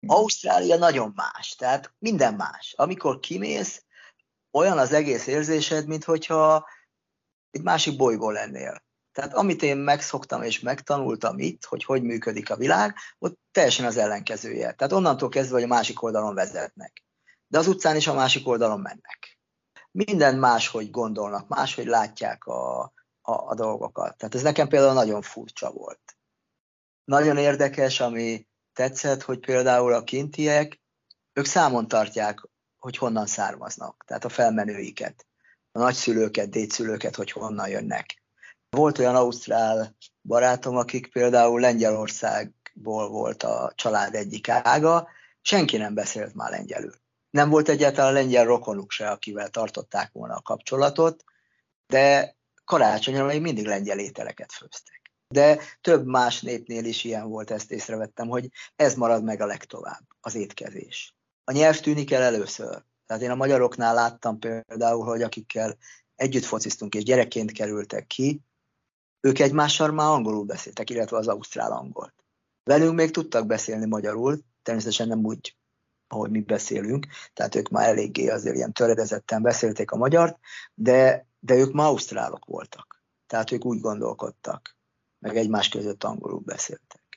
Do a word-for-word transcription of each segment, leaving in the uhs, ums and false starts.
Ausztrália nagyon más, tehát minden más. Amikor kimész, olyan az egész érzésed, minthogyha egy másik bolygón lennél. Tehát amit én megszoktam és megtanultam itt, hogy hogy működik a világ, ott teljesen az ellenkezője. Tehát onnantól kezdve, hogy a másik oldalon vezetnek. De az utcán is a másik oldalon mennek. Minden máshogy gondolnak, máshogy látják a, a, a dolgokat. Tehát ez nekem például nagyon furcsa volt. Nagyon érdekes, ami tetszett, hogy például a kintiek, ők számon tartják, hogy honnan származnak, tehát a felmenőiket, a nagyszülőket, dédszülőket, hogy honnan jönnek. Volt olyan ausztrál barátom, akik például Lengyelországból volt a család egyik ága, senki nem beszélt már lengyelül. Nem volt egyáltalán lengyel rokonuk se, akivel tartották volna a kapcsolatot, de karácsonyra még mindig lengyel ételeket főztek. De több más népnél is ilyen volt, ezt észrevettem, hogy ez marad meg a legtovább, az étkezés. A nyelv tűnik el először. Tehát én a magyaroknál láttam például, hogy akikkel együtt fociztunk és gyerekként kerültek ki, ők egymással már angolul beszéltek, illetve az ausztrál angolt. Velünk még tudtak beszélni magyarul, természetesen nem úgy, ahogy mi beszélünk, tehát ők már eléggé azért ilyen töredezetten beszélték a magyart, de, de ők már ausztrálok voltak. Tehát ők úgy gondolkodtak, meg egymás között angolul beszéltek.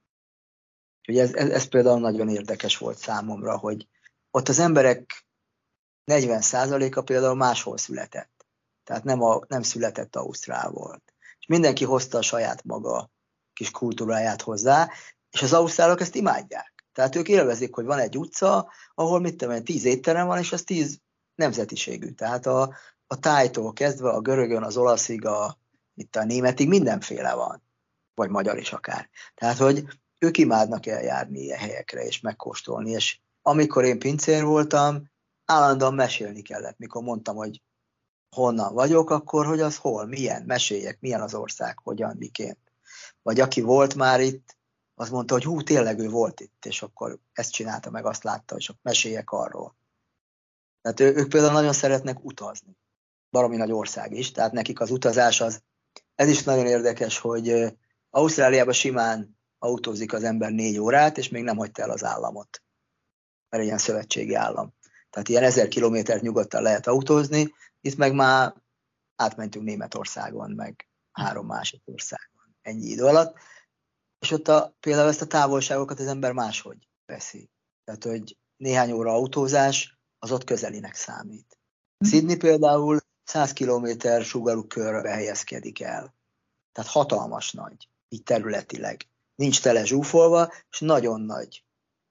Úgyhogy ez, ez, ez például nagyon érdekes volt számomra, hogy ott az emberek negyven százaléka például máshol született. Tehát nem, a, nem született ausztrál volt. És mindenki hozta a saját maga kis kultúráját hozzá, és az ausztrálok ezt imádják. Tehát ők élvezik, hogy van egy utca, ahol mit tudom, tíz étterem van, és az tíz nemzetiségű. Tehát a, a tájtól kezdve a görögön, az olaszig, a, itt a németig mindenféle van. Vagy magyar is akár. Tehát, hogy ők imádnak eljárni ilyen helyekre, és megkóstolni. És amikor én pincér voltam, állandóan mesélni kellett. Mikor mondtam, hogy honnan vagyok, akkor hogy az hol, milyen, meséljek, milyen az ország, hogyan, miként. Vagy aki volt már itt, az mondta, hogy hú, tényleg ő volt itt, és akkor ezt csinálta, meg azt látta, és akkor meséljek arról. Tehát ő, ők például nagyon szeretnek utazni. Baromi nagy ország is, tehát nekik az utazás az, ez is nagyon érdekes, hogy Ausztráliában simán autózik az ember négy órát, és még nem hagyta el az államot. Mert ilyen szövetségi állam. Tehát ilyen ezer kilométert nyugodtan lehet autózni, itt meg már átmentünk Németországon, meg három másik országon ennyi idő alatt. És ott a, például ezt a távolságokat az ember máshogy veszi. Tehát, hogy néhány óra autózás, az ott közelinek számít. Sydney például száz kilométer sugarú körbe helyezkedik el. Tehát hatalmas nagy, így területileg. Nincs tele zsúfolva, és nagyon nagy.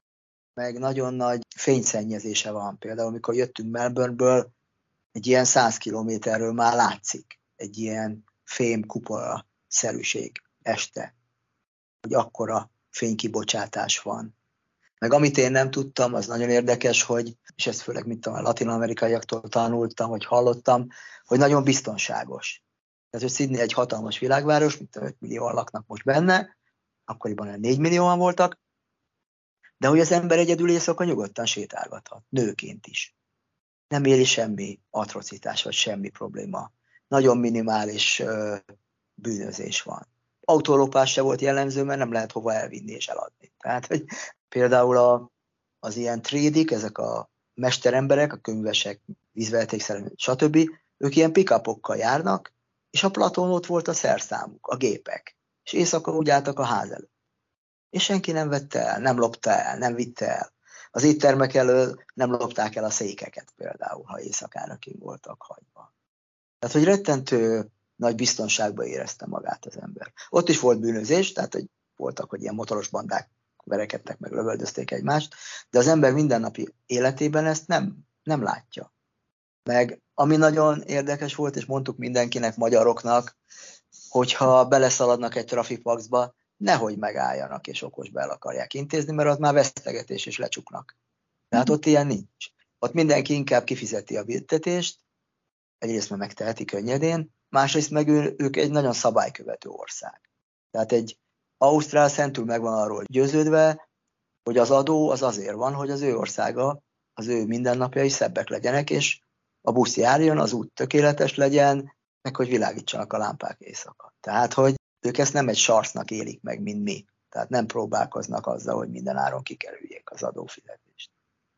Meg nagyon nagy fényszennyezése van. Például, amikor jöttünk Melbourneből, egy ilyen száz kilométerről már látszik egy ilyen fém kupola szerűség este. Hogy akkora fénykibocsátás van. Meg amit én nem tudtam, az nagyon érdekes, hogy, és ezt főleg mint a latin-amerikaiaktól tanultam, vagy hallottam, hogy nagyon biztonságos. Tehát, hogy Sydney egy hatalmas világváros, mint öt millióan laknak most benne, akkoriban négy millióan voltak, de hogy az ember egyedül éjszaka nyugodtan sétálgathat, nőként is. Nem éli semmi atrocitás, vagy semmi probléma. Nagyon minimális ö, bűnözés van. Autólopás se volt jellemző, mert nem lehet hova elvinni és eladni. Tehát, hogy például a, az ilyen trédik, ezek a mesteremberek, a könyvesek, vízvezetékszerelők, stb., ők ilyen pick-upokkal járnak, és a Platón ott volt a szerszámuk, a gépek. És éjszaka úgy álltak a ház előtt. És senki nem vette el, nem lopta el, nem vitte el. Az éttermek elől nem lopták el a székeket például, ha éjszakára kint voltak hagyva. Tehát, hogy rettentő nagy biztonságban érezte magát az ember. Ott is volt bűnözés, tehát hogy voltak, hogy ilyen motoros bandák verekedtek, meg lövöldözték egymást, de az ember mindennapi életében ezt nem, nem látja. Meg ami nagyon érdekes volt, és mondtuk mindenkinek, magyaroknak, hogyha beleszaladnak egy trafikpaxba, nehogy megálljanak és okosba el akarják intézni, mert az már vesztegetés és lecsuknak. Tehát ott ilyen nincs. Ott mindenki inkább kifizeti a büntetést, egyrészt már megteheti könnyedén, másrészt meg ő, ők egy nagyon szabálykövető ország. Tehát egy ausztrál szentül meg van arról győződve, hogy az adó az azért van, hogy az ő országa, az ő mindennapjai szebbek legyenek, és a busz járjon, az út tökéletes legyen, meg hogy világítsanak a lámpák éjszaka. Tehát, hogy ők ezt nem egy sarsznak élik meg, mint mi. Tehát nem próbálkoznak azzal, hogy minden áron kikerüljék az adófizetést.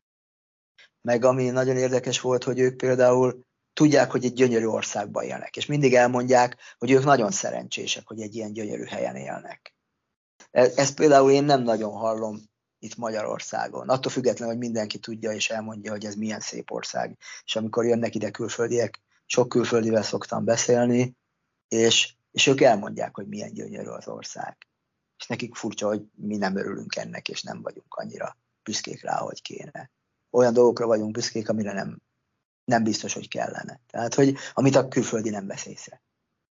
Meg ami nagyon érdekes volt, hogy ők például tudják, hogy egy gyönyörű országban élnek, és mindig elmondják, hogy ők nagyon szerencsések, hogy egy ilyen gyönyörű helyen élnek. Ezt például én nem nagyon hallom itt Magyarországon. Attól függetlenül, hogy mindenki tudja és elmondja, hogy ez milyen szép ország. És amikor jönnek ide külföldiek, sok külföldivel szoktam beszélni, és, és ők elmondják, hogy milyen gyönyörű az ország. És nekik furcsa, hogy mi nem örülünk ennek, és nem vagyunk annyira büszkék rá, hogy kéne. Olyan dolgokra vagyunk büszkék, amire nem, nem biztos, hogy kellene. Tehát, hogy amit a külföldi nem vesz észre.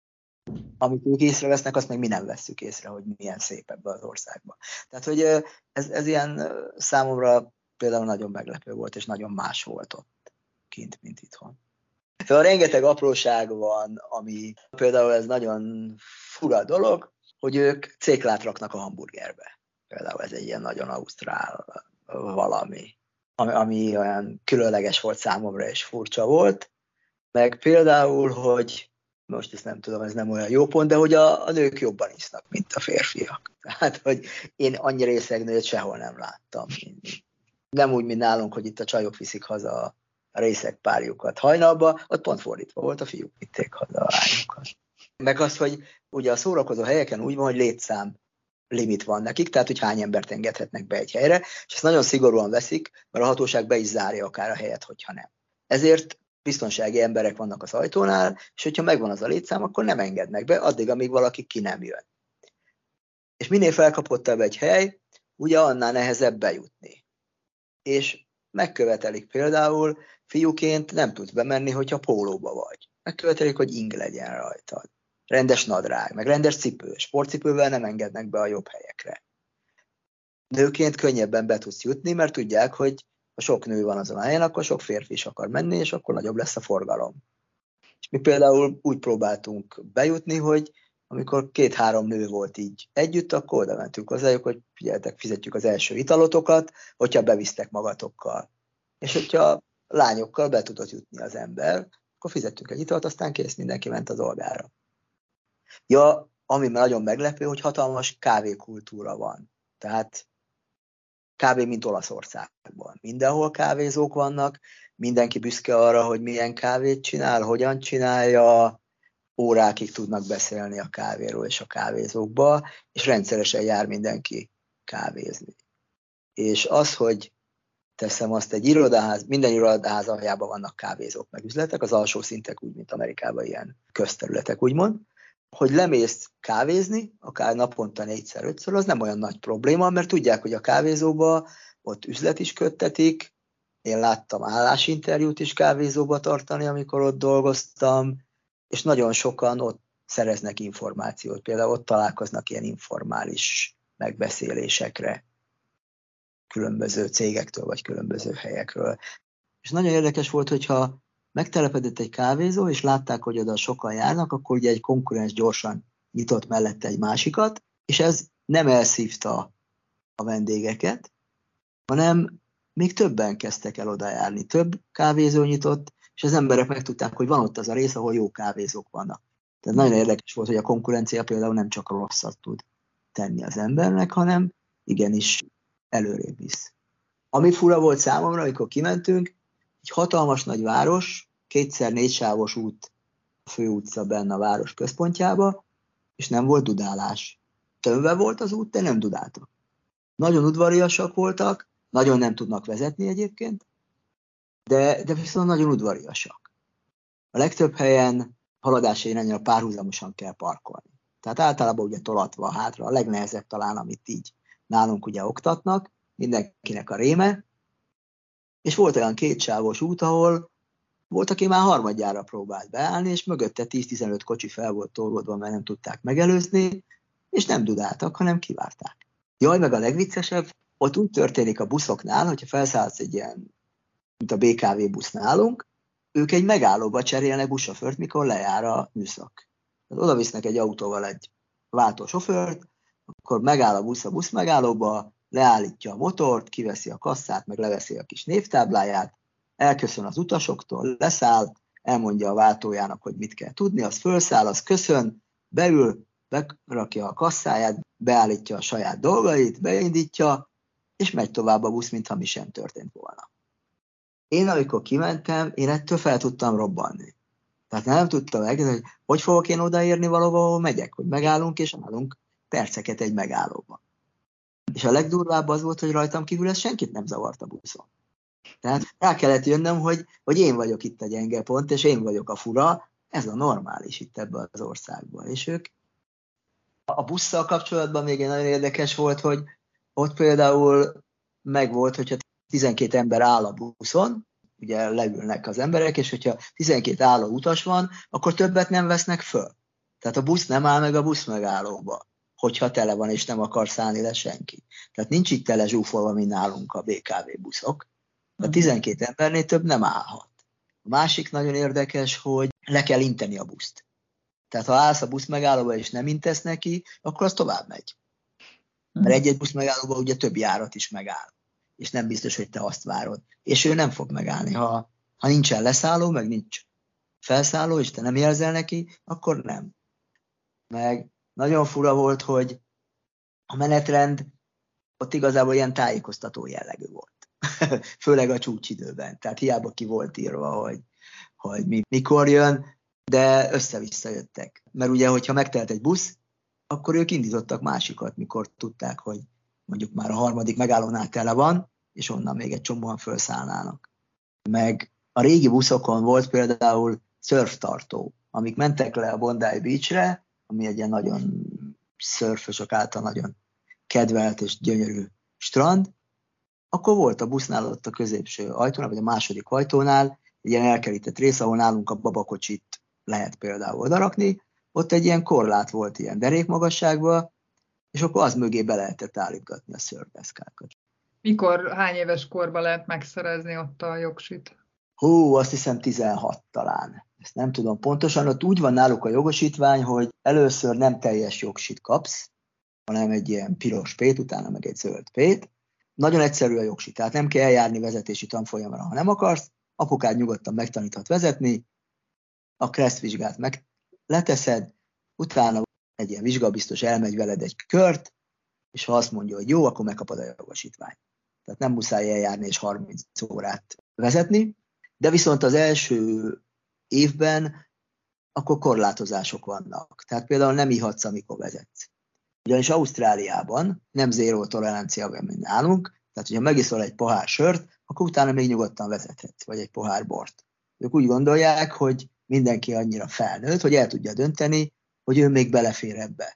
Amit ők észrevesznek, azt meg mi nem vesszük észre, hogy milyen szép ebben az országban. Tehát, hogy ez, ez ilyen számomra például nagyon meglepő volt, és nagyon más volt ott kint, mint itthon. Szóval rengeteg apróság van, ami például ez nagyon fura dolog, hogy ők céklát raknak a hamburgerbe. Például ez egy ilyen nagyon ausztrál valami, ami, ami olyan különleges volt számomra, és furcsa volt. Meg például, hogy most ezt nem tudom, ez nem olyan jó pont, de hogy a, a nők jobban isznak, mint a férfiak. Tehát, hogy én annyi részeg nőt sehol nem láttam. Nem úgy, mint nálunk, hogy itt a csajok viszik haza a részeg párjukat hajnalba, ott pont fordítva volt, a fiúk vitték haza a lányokat. Meg az, hogy ugye a szórakozó helyeken úgy van, hogy létszám limit van nekik, tehát hogy hány embert engedhetnek be egy helyre, és ezt nagyon szigorúan veszik, mert a hatóság be is zárja akár a helyet, hogyha nem. Ezért biztonsági emberek vannak az ajtónál, és hogyha megvan az a létszám, akkor nem engednek be, addig, amíg valaki ki nem jön. És minél felkapottabb egy hely, ugye annál nehezebb bejutni. És megkövetelik például, fiúként nem tudsz bemenni, hogyha pólóba vagy. Megkövetelik, hogy ing legyen rajtad. Rendes nadrág, meg rendes cipő. Sportcipővel nem engednek be a jobb helyekre. Nőként könnyebben be tudsz jutni, mert tudják, hogy ha sok nő van azon a helyen, akkor sok férfi is akar menni, és akkor nagyobb lesz a forgalom. És mi például úgy próbáltunk bejutni, hogy amikor két-három nő volt így együtt, akkor oda mentünk hozzájuk, hogy figyeljetek, fizetjük az első italotokat, hogyha bevisztek magatokkal. És hogyha lányokkal be tudott jutni az ember, akkor fizettünk egy italt, aztán kész, mindenki ment a dolgára. Ja, ami nagyon meglepő, hogy hatalmas kávékultúra van. Tehát kávé, mint Olaszországban. Mindenhol kávézók vannak, mindenki büszke arra, hogy milyen kávét csinál, hogyan csinálja, órákig tudnak beszélni a kávéról és a kávézókba, és rendszeresen jár mindenki kávézni. És az, hogy teszem azt, egy irodaház, minden irodaház aljában vannak kávézók meg üzletek, az alsó szintek úgy, mint Amerikában ilyen közterületek, úgymond, hogy lemész kávézni, akár naponta négyszer, ötször, az nem olyan nagy probléma, mert tudják, hogy a kávézóba ott üzlet is köttetik. Én láttam állásinterjút is kávézóba tartani, amikor ott dolgoztam, és nagyon sokan ott szereznek információt. Például ott találkoznak ilyen informális megbeszélésekre különböző cégektől, vagy különböző helyekről. És nagyon érdekes volt, hogyha megtelepedett egy kávézó, és látták, hogy oda sokan járnak, akkor ugye egy konkurens gyorsan nyitott mellette egy másikat, és ez nem elszívta a vendégeket, hanem még többen kezdtek el oda járni. Több kávézó nyitott, és az emberek megtudták, hogy van ott az a rész, ahol jó kávézók vannak. Tehát nagyon érdekes volt, hogy a konkurencia például nem csak rosszat tud tenni az embernek, hanem igenis előrébb visz. Ami fura volt számomra, amikor kimentünk, egy hatalmas nagy város, kétszer négysávos út, a főutca benne a város központjába, és nem volt dudálás. Tömve volt az út, de nem dudáltak. Nagyon udvariasak voltak, nagyon nem tudnak vezetni egyébként, de, de viszont nagyon udvariasak. A legtöbb helyen haladási irányra párhuzamosan kell parkolni. Tehát általában ugye tolatva hátra, a legnehezebb talán, amit így nálunk ugye oktatnak, mindenkinek a réme, és volt olyan kétsávos út, ahol volt, aki már harmadjára próbált beállni, és mögötte tíz-tizenöt kocsi fel volt torlódva, mert nem tudták megelőzni, és nem dudáltak, hanem kivárták. Jaj, meg a legviccesebb, ott úgy történik a buszoknál, hogyha felszállsz egy ilyen, mint a bé ká vé busz nálunk, ők egy megállóba cserélnek buszsofőrt, mikor lejár a műszak. Tehát oda visznek egy autóval egy váltó sofőrt, akkor megáll a busz a busz megállóba, leállítja a motort, kiveszi a kasszát, meg leveszi a kis névtábláját, elköszön az utasoktól, leszáll, elmondja a váltójának, hogy mit kell tudni, az fölszáll, az köszön, beül, berakja a kasszáját, beállítja a saját dolgait, beindítja, és megy tovább a busz, mintha mi sem történt volna. Én, amikor kimentem, én ettől fel tudtam robbanni. Tehát nem tudtam meg, hogy hogy fogok én odaérni valahol, ahol megyek, hogy megállunk, és állunk perceket egy megállóban. És a legdurvább az volt, hogy rajtam kívül ez senkit nem zavart a buszon. Tehát rá kellett jönnöm, hogy, hogy én vagyok itt a gyenge pont, és én vagyok a fura, ez a normális itt ebben az országban. És ők a busszal kapcsolatban még egy nagyon érdekes volt, hogy ott például megvolt, hogyha tizenkét ember áll a buszon, ugye leülnek az emberek, és hogyha tizenkét álló utas van, akkor többet nem vesznek föl. Tehát a busz nem áll meg a busz megállóba, hogyha tele van, és nem akar szállni le senki. Tehát nincs itt tele zsúfolva, mint nálunk a bé ká vé buszok. A tizenkét embernél több nem állhat. A másik nagyon érdekes, hogy le kell inteni a buszt. Tehát ha állsz a busz megállóba, és nem intesz neki, akkor az tovább megy. Mert egy-egy busz megállóba ugye több járat is megáll. És nem biztos, hogy te azt várod. És ő nem fog megállni. Ha, ha nincsen leszálló, meg nincs felszálló, és te nem jelzel neki, akkor nem. Meg nagyon fura volt, hogy a menetrend ott igazából ilyen tájékoztató jellegű volt. Főleg a csúcsidőben. Tehát hiába ki volt írva, hogy, hogy mi, mikor jön, de össze-vissza jöttek. Mert ugye, hogyha megtelt egy busz, akkor ők indítottak másikat, mikor tudták, hogy mondjuk már a harmadik megállónál tele van, és onnan még egy csomóan felszállnának. Meg a régi buszokon volt például szörftartó, amik mentek le a Bondi Beachre, ami egy ilyen nagyon szörfösök által nagyon kedvelt és gyönyörű strand, akkor volt a busznál ott a középső ajtónál, vagy a második ajtónál egy ilyen elkerített rész, ahol nálunk a babakocsit lehet például odarakni, ott egy ilyen korlát volt ilyen derékmagasságban, és akkor az mögé be lehetett állítgatni a szörfdeszkákat. Mikor, hány éves korban lehet megszerezni ott a jogsit? Hú, azt hiszem tizenhat talán. Ezt nem tudom pontosan. Ott úgy van náluk a jogosítvány, hogy először nem teljes jogsit kapsz, hanem egy ilyen piros pét, utána meg egy zöld pét. Nagyon egyszerű a jogsit, tehát nem kell eljárni vezetési tanfolyamra, ha nem akarsz. Apukád nyugodtan megtaníthat vezetni, a kressz vizsgát meg leteszed, utána egy ilyen vizsgabiztos elmegy veled egy kört, és ha azt mondja, hogy jó, akkor megkapod a jogosítványt. Tehát nem muszáj eljárni és harminc órát vezetni, de viszont az első évben akkor korlátozások vannak. Tehát például nem ihatsz, amikor vezetsz. Ugyanis Ausztráliában nem zéró tolerancia van, mint nálunk, tehát hogyha megiszol egy pohár sört, akkor utána még nyugodtan vezethetsz, vagy egy pohár bort. Ők úgy gondolják, hogy mindenki annyira felnőtt, hogy el tudja dönteni, hogy ő még belefér ebbe.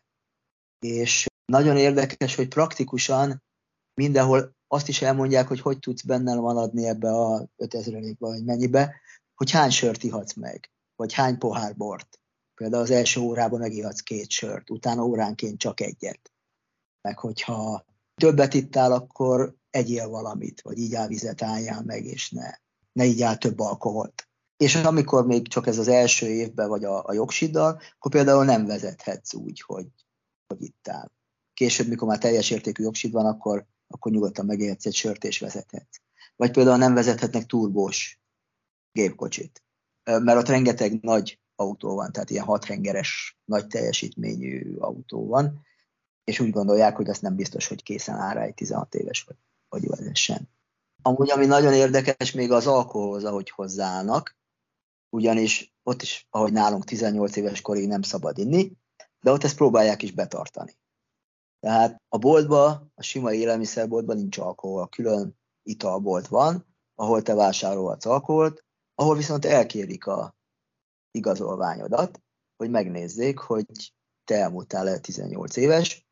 És nagyon érdekes, hogy praktikusan mindenhol azt is elmondják, hogy hogy tudsz benne maradni ebbe a ötezrelékbe, vagy mennyibe, hogy hány sört ihatsz meg, vagy hány pohár bort. Például az első órában megihatsz két sört, utána óránként csak egyet. Meg hogyha többet ittál, akkor egyél valamit, vagy így vizet álljál meg, és ne, ne igyál több alkoholt. És amikor még csak ez az első évben vagy a, a jogsiddal, akkor például nem vezethetsz úgy, hogy, hogy ittál. Később, mikor már teljes értékű jogsid van, akkor, akkor nyugodtan megélhetsz egy sört és vezethetsz. Vagy például nem vezethetnek turbós gépkocsit, mert ott rengeteg nagy autó van, tehát ilyen hathengeres, nagy teljesítményű autó van, és úgy gondolják, hogy azt nem biztos, hogy készen áll rá egy tizenhat éves vagy, vagy vezessen. Amúgy, ami nagyon érdekes, még az alkoholhoz, ahogy hozzáállnak, ugyanis ott is, ahogy nálunk tizennyolc éves korig nem szabad inni, de ott ezt próbálják is betartani. Tehát a boltban, a sima élelmiszerboltban nincs alkohol, külön italbolt van, ahol te vásárolhatsz alkoholt, ahol viszont elkérik a igazolványodat, hogy megnézzék, hogy te elmúltál el tizennyolc éves.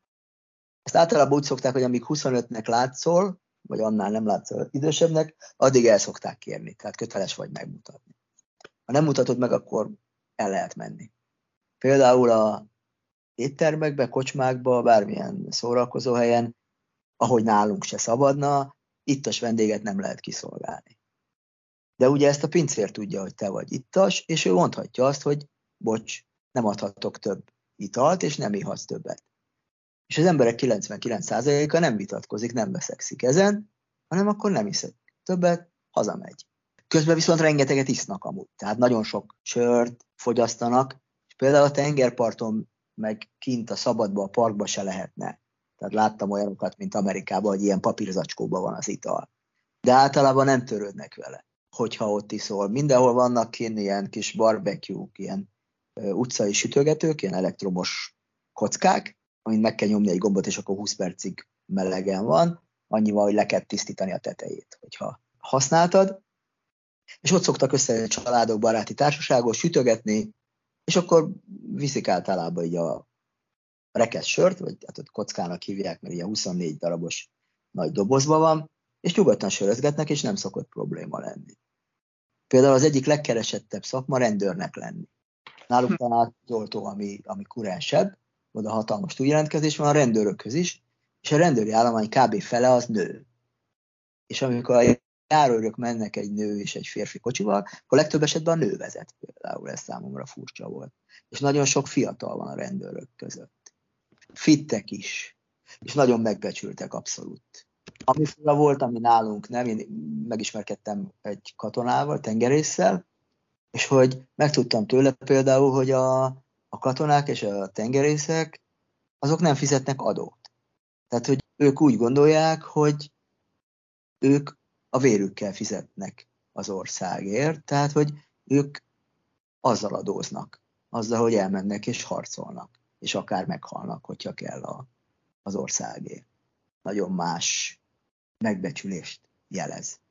Ezt általában úgy szokták, hogy amíg huszonötnek látszol, vagy annál nem látszol idősebbnek, addig el szokták kérni, tehát köteles vagy megmutatni. Ha nem mutatod meg, akkor el lehet menni. Például a éttermekbe, kocsmákba, bármilyen szórakozó helyen, ahogy nálunk se szabadna, ittas vendéget nem lehet kiszolgálni. De ugye ezt a pincér tudja, hogy te vagy ittas, és ő mondhatja azt, hogy bocs, nem adhatok több italt, és nem ihatsz többet. És az emberek kilencvenkilenc százaléka nem vitatkozik, nem veszekszik ezen, hanem akkor nem iszek többet, hazamegy. Közben viszont rengeteget isznak amúgy, tehát nagyon sok sört fogyasztanak, és például a tengerparton meg kint a szabadba, a parkba se lehetne. Tehát láttam olyanokat, mint Amerikában, hogy ilyen papírzacskóban van az ital. De általában nem törődnek vele, hogyha ott iszol. Mindenhol vannak kint ilyen kis barbecue-k, ilyen utcai sütögetők, ilyen elektromos kockák, amit meg kell nyomni egy gombot, és akkor húsz percig melegen van, annyival, hogy le kell tisztítani a tetejét, hogyha használtad. És ott szoktak összejönni családok, baráti társaságok, sütögetni, és akkor viszik általában így a rekesz sört, vagy hát ott kockának hívják, mert ilyen huszonnégy darabos nagy dobozban van, és nyugodtan sörözgetnek, és nem szokott probléma lenni. Például az egyik legkeresettebb szakma rendőrnek lenni. Náluk talán az oltó, ami, ami kurensebb, oda hatalmas túljelentkezés van a rendőrökhöz is, és a rendőri állomány kb. Fele az nő. És amikor a járőrök mennek egy nő és egy férfi kocsival, akkor legtöbb esetben a nő vezet például, ez számomra furcsa volt. És nagyon sok fiatal van a rendőrök között. Fittek is, és nagyon megbecsültek abszolút. Ami fura volt, ami nálunk nem, én megismerkedtem egy katonával, tengerésszel, és hogy megtudtam tőle például, hogy a, a katonák és a tengerészek, azok nem fizetnek adót. Tehát, hogy ők úgy gondolják, hogy ők a vérükkel fizetnek az országért, tehát, hogy ők azzal adóznak, azzal, hogy elmennek és harcolnak, és akár meghalnak, hogyha kell a, az országért. Nagyon más megbecsülést jelez.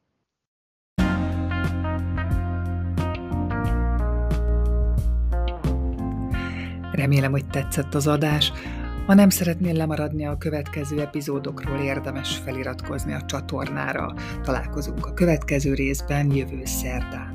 Remélem, hogy tetszett az adás. Ha nem szeretnél lemaradni a következő epizódokról, érdemes feliratkozni a csatornára. Találkozunk a következő részben jövő szerdán.